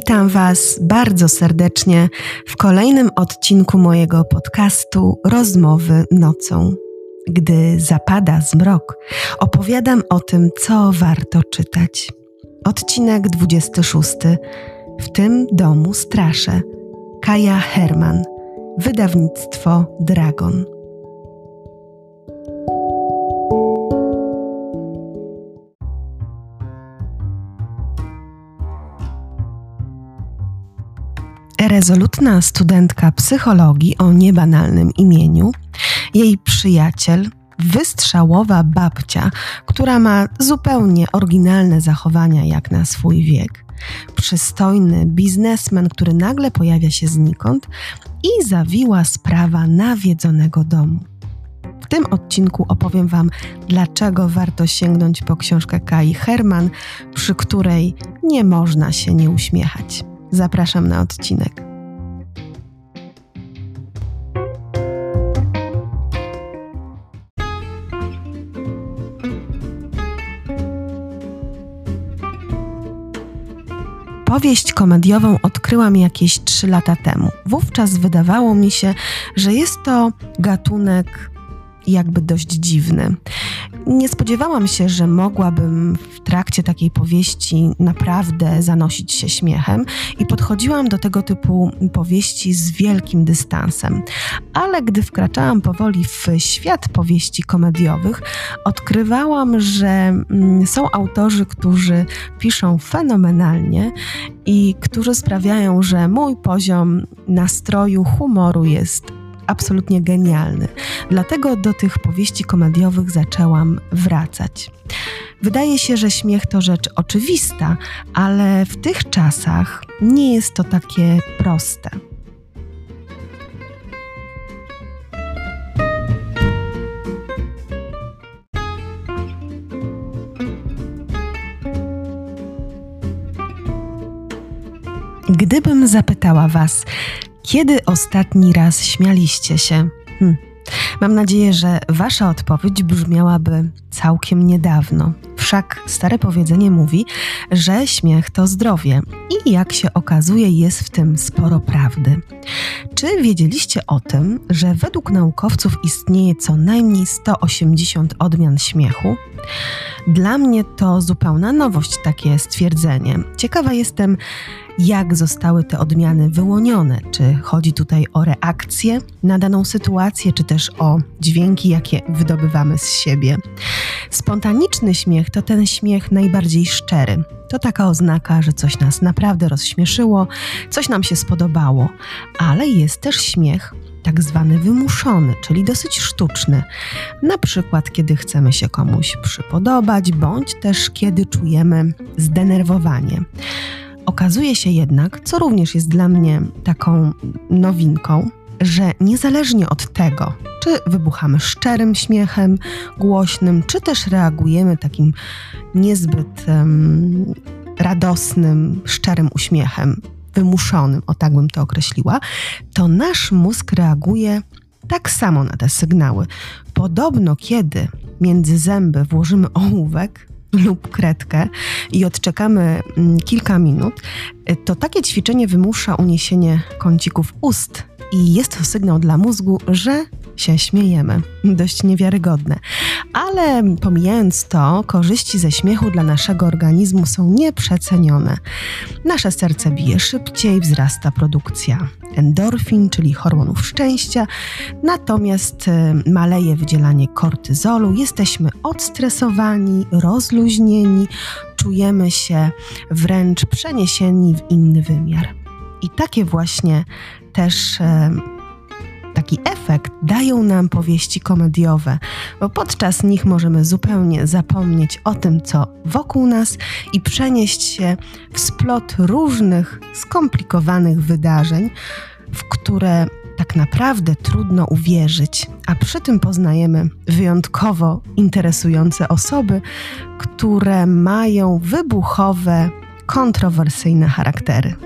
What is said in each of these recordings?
Witam Was bardzo serdecznie w kolejnym odcinku mojego podcastu Rozmowy nocą. Gdy zapada zmrok, opowiadam o tym, co warto czytać. Odcinek 26. W tym domu straszę. Kaja Herman. Wydawnictwo Dragon. Rezolutna studentka psychologii o niebanalnym imieniu, jej przyjaciel, wystrzałowa babcia, która ma zupełnie oryginalne zachowania jak na swój wiek, przystojny biznesmen, który nagle pojawia się znikąd i zawiła sprawa nawiedzonego domu. W tym odcinku opowiem Wam, dlaczego warto sięgnąć po książkę Kai Herman, przy której nie można się nie uśmiechać. Zapraszam na odcinek. Powieść komediową odkryłam jakieś 3 lata temu. Wówczas wydawało mi się, że jest to gatunek jakby dość dziwny. Nie spodziewałam się, że mogłabym w trakcie takiej powieści naprawdę zanosić się śmiechem i podchodziłam do tego typu powieści z wielkim dystansem. Ale gdy wkraczałam powoli w świat powieści komediowych, odkrywałam, że są autorzy, którzy piszą fenomenalnie i którzy sprawiają, że mój poziom nastroju, humoru jest absolutnie genialny. Dlatego do tych powieści komediowych zaczęłam wracać. Wydaje się, że śmiech to rzecz oczywista, ale w tych czasach nie jest to takie proste. Gdybym zapytała Was, kiedy ostatni raz śmialiście się? Mam nadzieję, że Wasza odpowiedź brzmiałaby całkiem niedawno. Wszak stare powiedzenie mówi, że śmiech to zdrowie i jak się okazuje, jest w tym sporo prawdy. Czy wiedzieliście o tym, że według naukowców istnieje co najmniej 180 odmian śmiechu? Dla mnie to zupełna nowość takie stwierdzenie. Ciekawa jestem, jak zostały te odmiany wyłonione. Czy chodzi tutaj o reakcję na daną sytuację, czy też o dźwięki, jakie wydobywamy z siebie. Spontaniczny śmiech to ten śmiech najbardziej szczery. To taka oznaka, że coś nas naprawdę rozśmieszyło, coś nam się spodobało. Ale jest też śmiech tak zwany wymuszony, czyli dosyć sztuczny. Na przykład, kiedy chcemy się komuś przypodobać, bądź też kiedy czujemy zdenerwowanie. Okazuje się jednak, co również jest dla mnie taką nowinką, że niezależnie od tego, czy wybuchamy szczerym śmiechem, głośnym, czy też reagujemy takim niezbyt radosnym, szczerym uśmiechem, wymuszonym, o tak bym to określiła, to nasz mózg reaguje tak samo na te sygnały. Podobno kiedy między zęby włożymy ołówek lub kredkę i odczekamy kilka minut, to takie ćwiczenie wymusza uniesienie kącików ust i jest to sygnał dla mózgu, że się śmiejemy. Dość niewiarygodne. Ale pomijając to, korzyści ze śmiechu dla naszego organizmu są nieprzecenione. Nasze serce bije szybciej, wzrasta produkcja endorfin, czyli hormonów szczęścia, natomiast maleje wydzielanie kortyzolu, jesteśmy odstresowani, rozluźnieni, czujemy się wręcz przeniesieni w inny wymiar. I takie właśnie też taki efekt dają nam powieści komediowe, bo podczas nich możemy zupełnie zapomnieć o tym, co wokół nas i przenieść się w splot różnych skomplikowanych wydarzeń, w które tak naprawdę trudno uwierzyć, a przy tym poznajemy wyjątkowo interesujące osoby, które mają wybuchowe, kontrowersyjne charaktery.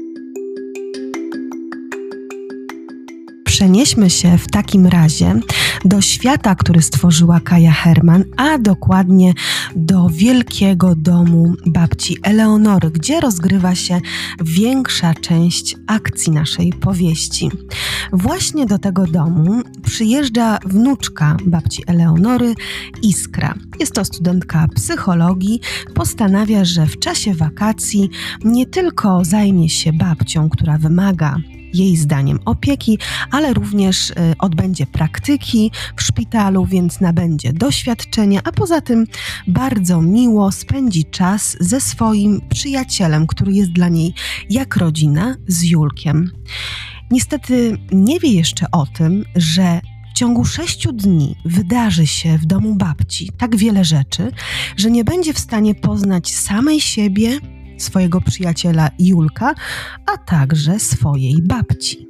Przenieśmy się w takim razie do świata, który stworzyła Kaja Herman, a dokładnie do wielkiego domu babci Eleonory, gdzie rozgrywa się większa część akcji naszej powieści. Właśnie do tego domu przyjeżdża wnuczka babci Eleonory, Iskra. Jest to studentka psychologii. Postanawia, że w czasie wakacji nie tylko zajmie się babcią, która wymaga jej zdaniem opieki, ale również odbędzie praktyki w szpitalu, więc nabędzie doświadczenia, a poza tym bardzo miło spędzi czas ze swoim przyjacielem, który jest dla niej jak rodzina, z Julkiem. Niestety nie wie jeszcze o tym, że w ciągu 6 dni wydarzy się w domu babci tak wiele rzeczy, że nie będzie w stanie poznać samej siebie, swojego przyjaciela Julka, a także swojej babci.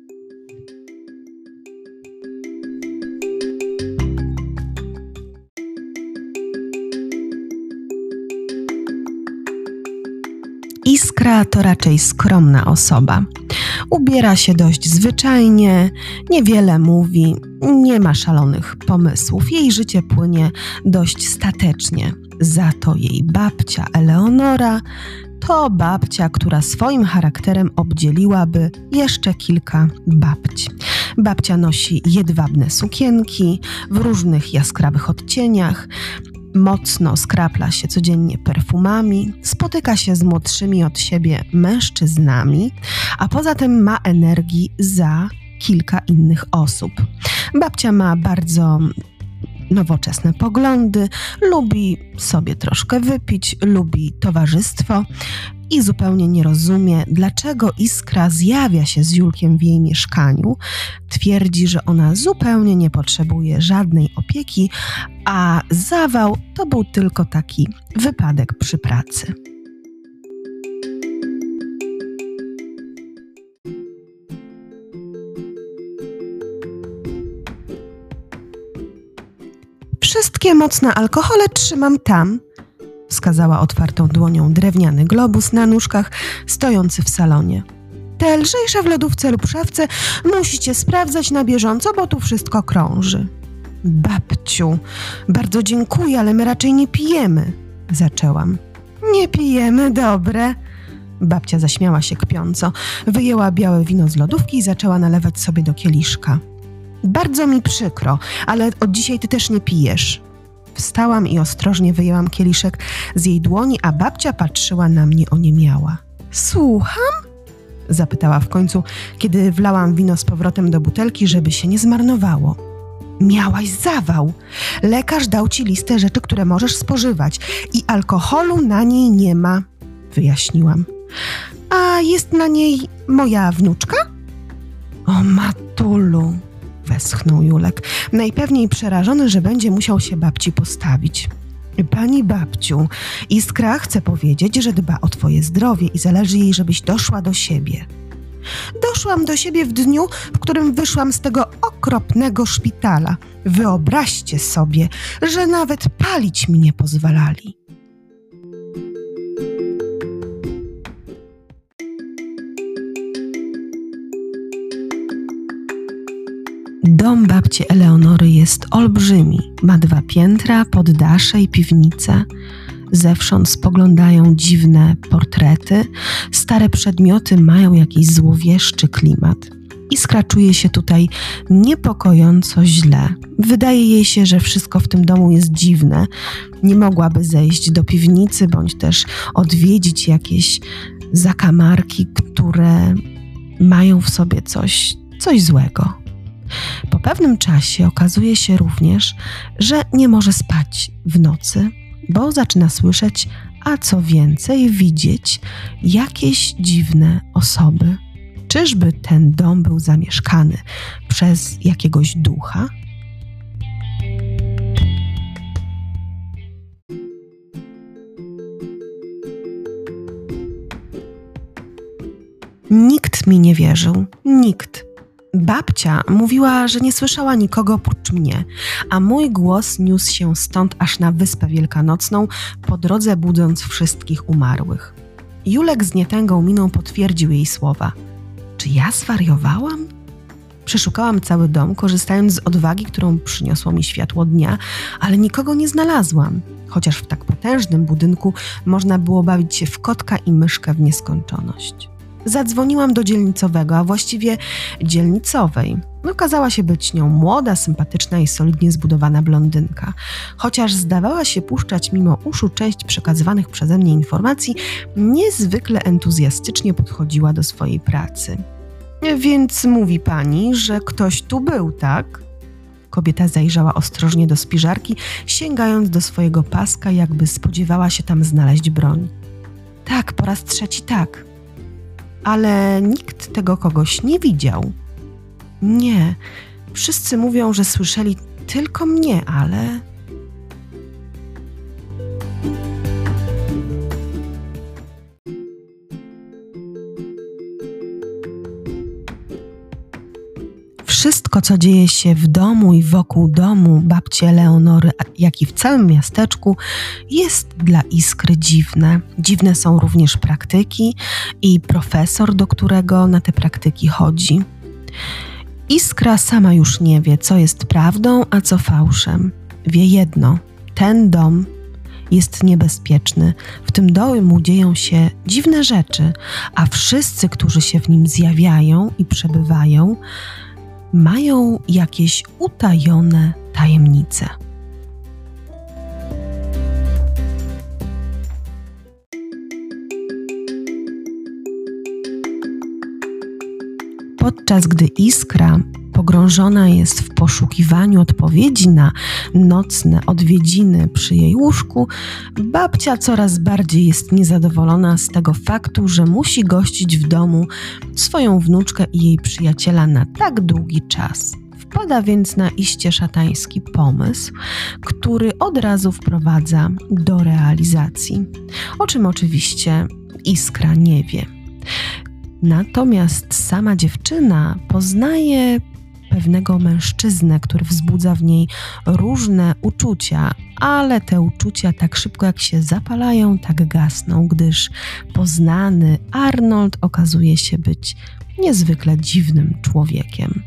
Iskra to raczej skromna osoba. Ubiera się dość zwyczajnie, niewiele mówi, nie ma szalonych pomysłów. Jej życie płynie dość statecznie. Za to jej babcia Eleonora to babcia, która swoim charakterem obdzieliłaby jeszcze kilka babci. Babcia nosi jedwabne sukienki w różnych jaskrawych odcieniach, mocno skrapla się codziennie perfumami, spotyka się z młodszymi od siebie mężczyznami, a poza tym ma energii za kilka innych osób. Babcia ma bardzo nowoczesne poglądy, lubi sobie troszkę wypić, lubi towarzystwo i zupełnie nie rozumie, dlaczego Iskra zjawia się z Julkiem w jej mieszkaniu. Twierdzi, że ona zupełnie nie potrzebuje żadnej opieki, a zawał to był tylko taki wypadek przy pracy. Wszystkie mocne alkohole trzymam tam, wskazała otwartą dłonią drewniany globus na nóżkach stojący w salonie. Te lżejsze w lodówce lub szafce musicie sprawdzać na bieżąco, bo tu wszystko krąży. Babciu, bardzo dziękuję, ale my raczej nie pijemy, zaczęłam. Nie pijemy, dobre. Babcia zaśmiała się kpiąco, wyjęła białe wino z lodówki i zaczęła nalewać sobie do kieliszka. Bardzo mi przykro, ale od dzisiaj ty też nie pijesz. Wstałam i ostrożnie wyjęłam kieliszek z jej dłoni, a babcia patrzyła na mnie oniemiała. Słucham? Zapytała w końcu, kiedy wlałam wino z powrotem do butelki, żeby się nie zmarnowało. Miałaś zawał. Lekarz dał ci listę rzeczy, które możesz spożywać i alkoholu na niej nie ma, wyjaśniłam. A jest na niej moja wnuczka? O matulu, westchnął Julek, najpewniej przerażony, że będzie musiał się babci postawić. Pani babciu, Iskra chce powiedzieć, że dba o twoje zdrowie i zależy jej, żebyś doszła do siebie. Doszłam do siebie w dniu, w którym wyszłam z tego okropnego szpitala. Wyobraźcie sobie, że nawet palić mi nie pozwalali. Dom babci Eleonory jest olbrzymi. Ma 2 piętra, poddasze i piwnicę. Zewsząd spoglądają dziwne portrety. Stare przedmioty mają jakiś złowieszczy klimat. Iskra czuje się tutaj niepokojąco źle. Wydaje jej się, że wszystko w tym domu jest dziwne. Nie mogłaby zejść do piwnicy, bądź też odwiedzić jakieś zakamarki, które mają w sobie coś złego. Po pewnym czasie okazuje się również, że nie może spać w nocy, bo zaczyna słyszeć, a co więcej widzieć jakieś dziwne osoby. Czyżby ten dom był zamieszkany przez jakiegoś ducha? Nikt mi nie wierzył. Nikt. Babcia mówiła, że nie słyszała nikogo oprócz mnie, a mój głos niósł się stąd aż na Wyspę Wielkanocną, po drodze budząc wszystkich umarłych. Julek z nietęgą miną potwierdził jej słowa. Czy ja zwariowałam? Przeszukałam cały dom, korzystając z odwagi, którą przyniosło mi światło dnia, ale nikogo nie znalazłam. Chociaż w tak potężnym budynku można było bawić się w kotka i myszkę w nieskończoność. Zadzwoniłam do dzielnicowego, a właściwie dzielnicowej. Okazała się być nią młoda, sympatyczna i solidnie zbudowana blondynka. Chociaż zdawała się puszczać mimo uszu część przekazywanych przeze mnie informacji, niezwykle entuzjastycznie podchodziła do swojej pracy. Więc mówi pani, że ktoś tu był, tak? Kobieta zajrzała ostrożnie do spiżarki, sięgając do swojego paska, jakby spodziewała się tam znaleźć broń. Tak, po raz trzeci tak. Ale nikt tego kogoś nie widział. Nie, wszyscy mówią, że słyszeli tylko mnie, ale... Wszystko, co dzieje się w domu i wokół domu babci Eleonory, jak i w całym miasteczku, jest dla Iskry dziwne. Dziwne są również praktyki i profesor, do którego na te praktyki chodzi. Iskra sama już nie wie, co jest prawdą, a co fałszem. Wie jedno: ten dom jest niebezpieczny. W tym domu dzieją się dziwne rzeczy, a wszyscy, którzy się w nim zjawiają i przebywają, mają jakieś utajone tajemnice. Podczas gdy Iskra pogrążona jest w poszukiwaniu odpowiedzi na nocne odwiedziny przy jej łóżku, babcia coraz bardziej jest niezadowolona z tego faktu, że musi gościć w domu swoją wnuczkę i jej przyjaciela na tak długi czas. Wpada więc na iście szatański pomysł, który od razu wprowadza do realizacji, o czym oczywiście Iskra nie wie. Natomiast sama dziewczyna poznaje pewnego mężczyznę, który wzbudza w niej różne uczucia, ale te uczucia tak szybko jak się zapalają, tak gasną, gdyż poznany Arnold okazuje się być niezwykle dziwnym człowiekiem.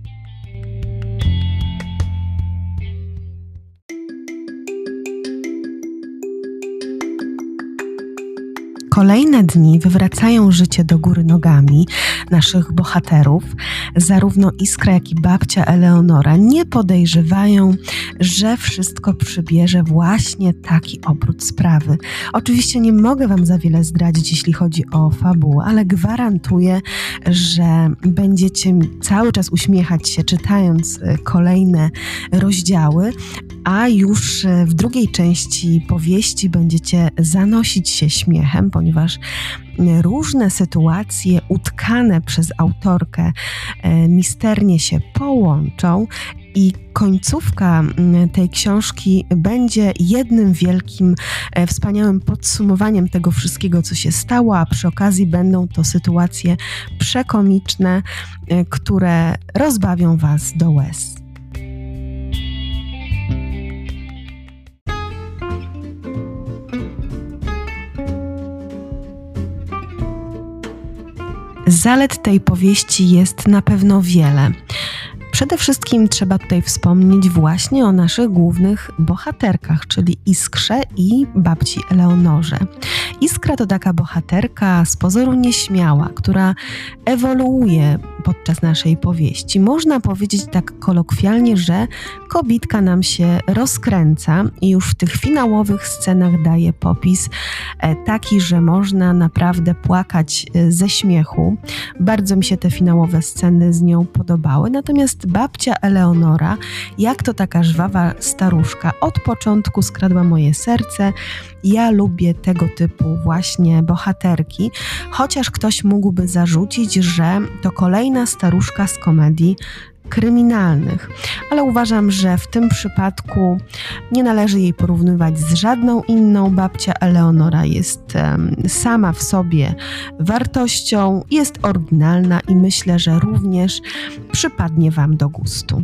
Kolejne dni wywracają życie do góry nogami naszych bohaterów. Zarówno Iskra, jak i babcia Eleonora nie podejrzewają, że wszystko przybierze właśnie taki obrót sprawy. Oczywiście nie mogę wam za wiele zdradzić, jeśli chodzi o fabułę, ale gwarantuję, że będziecie cały czas uśmiechać się, czytając kolejne rozdziały, a już w drugiej części powieści będziecie zanosić się śmiechem, ponieważ różne sytuacje utkane przez autorkę misternie się połączą i końcówka tej książki będzie jednym wielkim, wspaniałym podsumowaniem tego wszystkiego, co się stało, a przy okazji będą to sytuacje przekomiczne, które rozbawią was do łez. Zalet tej powieści jest na pewno wiele. Przede wszystkim trzeba tutaj wspomnieć właśnie o naszych głównych bohaterkach, czyli Iskrze i babci Eleonorze. Iskra to taka bohaterka z pozoru nieśmiała, która ewoluuje podczas naszej powieści. Można powiedzieć tak kolokwialnie, że kobitka nam się rozkręca i już w tych finałowych scenach daje popis taki, że można naprawdę płakać ze śmiechu. Bardzo mi się te finałowe sceny z nią podobały, natomiast babcia Eleonora, jak to taka żwawa staruszka, od początku skradła moje serce. Ja lubię tego typu właśnie bohaterki, chociaż ktoś mógłby zarzucić, że to kolejna staruszka z komedii kryminalnych, ale uważam, że w tym przypadku nie należy jej porównywać z żadną inną. Babcia Eleonora jest sama w sobie wartością, jest oryginalna i myślę, że również przypadnie wam do gustu.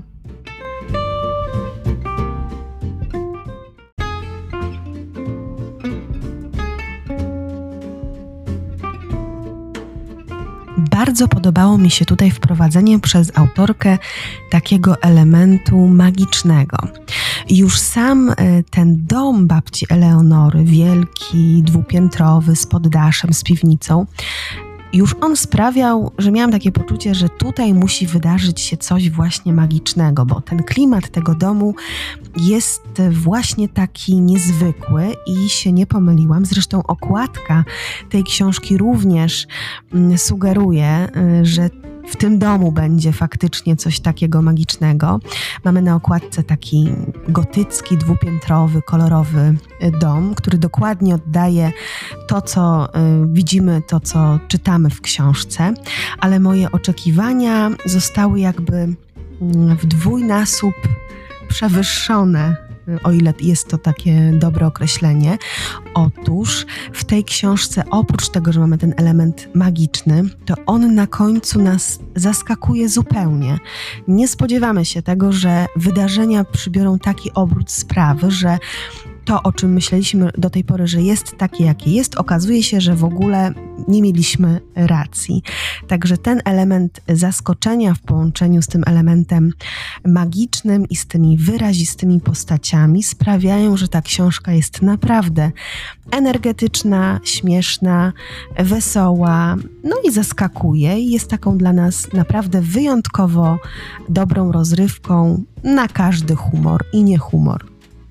Bardzo podobało mi się tutaj wprowadzenie przez autorkę takiego elementu magicznego. Już sam ten dom babci Eleonory, wielki, dwupiętrowy, z poddaszem, z piwnicą, już on sprawiał, że miałam takie poczucie, że tutaj musi wydarzyć się coś właśnie magicznego, bo ten klimat tego domu jest właśnie taki niezwykły i się nie pomyliłam. Zresztą okładka tej książki również sugeruje, że w tym domu będzie faktycznie coś takiego magicznego. Mamy na okładce taki gotycki, dwupiętrowy, kolorowy dom, który dokładnie oddaje to, co widzimy, to, co czytamy w książce, ale moje oczekiwania zostały jakby w dwójnasób przewyższone, o ile jest to takie dobre określenie. Otóż w tej książce, oprócz tego, że mamy ten element magiczny, to on na końcu nas zaskakuje zupełnie. Nie spodziewamy się tego, że wydarzenia przybiorą taki obrót sprawy, że to, o czym myśleliśmy do tej pory, że jest takie, jakie jest, okazuje się, że w ogóle nie mieliśmy racji. Także ten element zaskoczenia w połączeniu z tym elementem magicznym i z tymi wyrazistymi postaciami sprawiają, że ta książka jest naprawdę energetyczna, śmieszna, wesoła, no i zaskakuje i jest taką dla nas naprawdę wyjątkowo dobrą rozrywką na każdy humor i nie humor.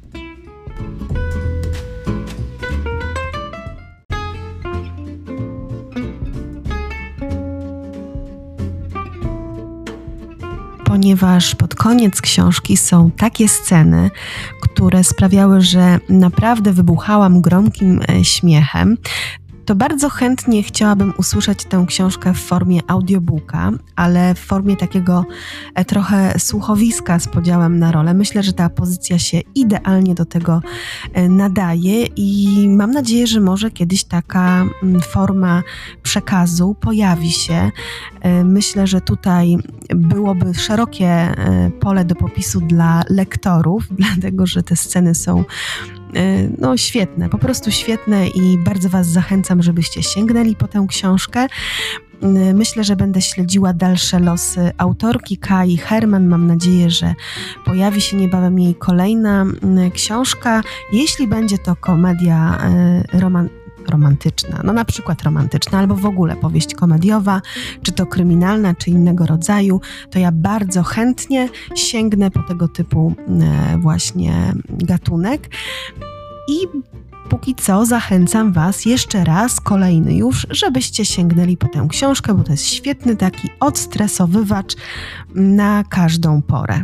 Ponieważ pod koniec książki są takie sceny, które sprawiały, że naprawdę wybuchałam gromkim śmiechem, to bardzo chętnie chciałabym usłyszeć tę książkę w formie audiobooka, ale w formie takiego trochę słuchowiska z podziałem na role. Myślę, że ta pozycja się idealnie do tego nadaje i mam nadzieję, że może kiedyś taka forma przekazu pojawi się. Myślę, że tutaj byłoby szerokie pole do popisu dla lektorów, dlatego że te sceny są świetne, po prostu świetne i bardzo Was zachęcam, żebyście sięgnęli po tę książkę. Myślę, że będę śledziła dalsze losy autorki Kai Herman. Mam nadzieję, że pojawi się niebawem jej kolejna książka. Jeśli będzie to komedia romantyczna, na przykład romantyczna, albo w ogóle powieść komediowa, czy to kryminalna, czy innego rodzaju, to ja bardzo chętnie sięgnę po tego typu właśnie gatunek. I póki co zachęcam Was jeszcze raz, kolejny już, żebyście sięgnęli po tę książkę, bo to jest świetny taki odstresowywacz na każdą porę.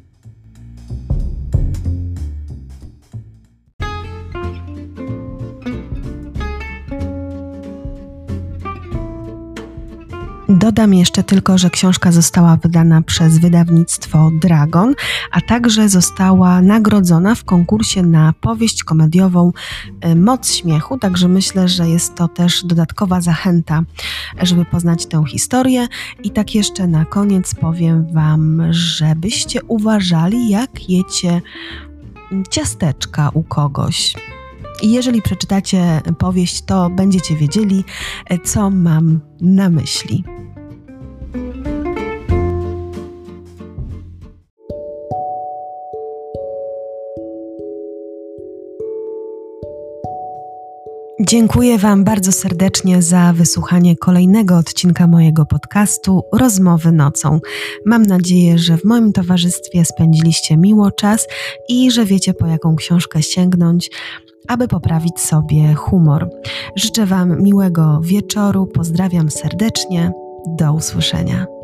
Dodam jeszcze tylko, że książka została wydana przez wydawnictwo Dragon, a także została nagrodzona w konkursie na powieść komediową Moc śmiechu, także myślę, że jest to też dodatkowa zachęta, żeby poznać tę historię. I tak jeszcze na koniec powiem Wam, żebyście uważali, jak jecie ciasteczka u kogoś. I jeżeli przeczytacie powieść, to będziecie wiedzieli, co mam na myśli. Dziękuję Wam bardzo serdecznie za wysłuchanie kolejnego odcinka mojego podcastu Rozmowy nocą. Mam nadzieję, że w moim towarzystwie spędziliście miło czas i że wiecie, po jaką książkę sięgnąć, aby poprawić sobie humor. Życzę Wam miłego wieczoru, pozdrawiam serdecznie, do usłyszenia.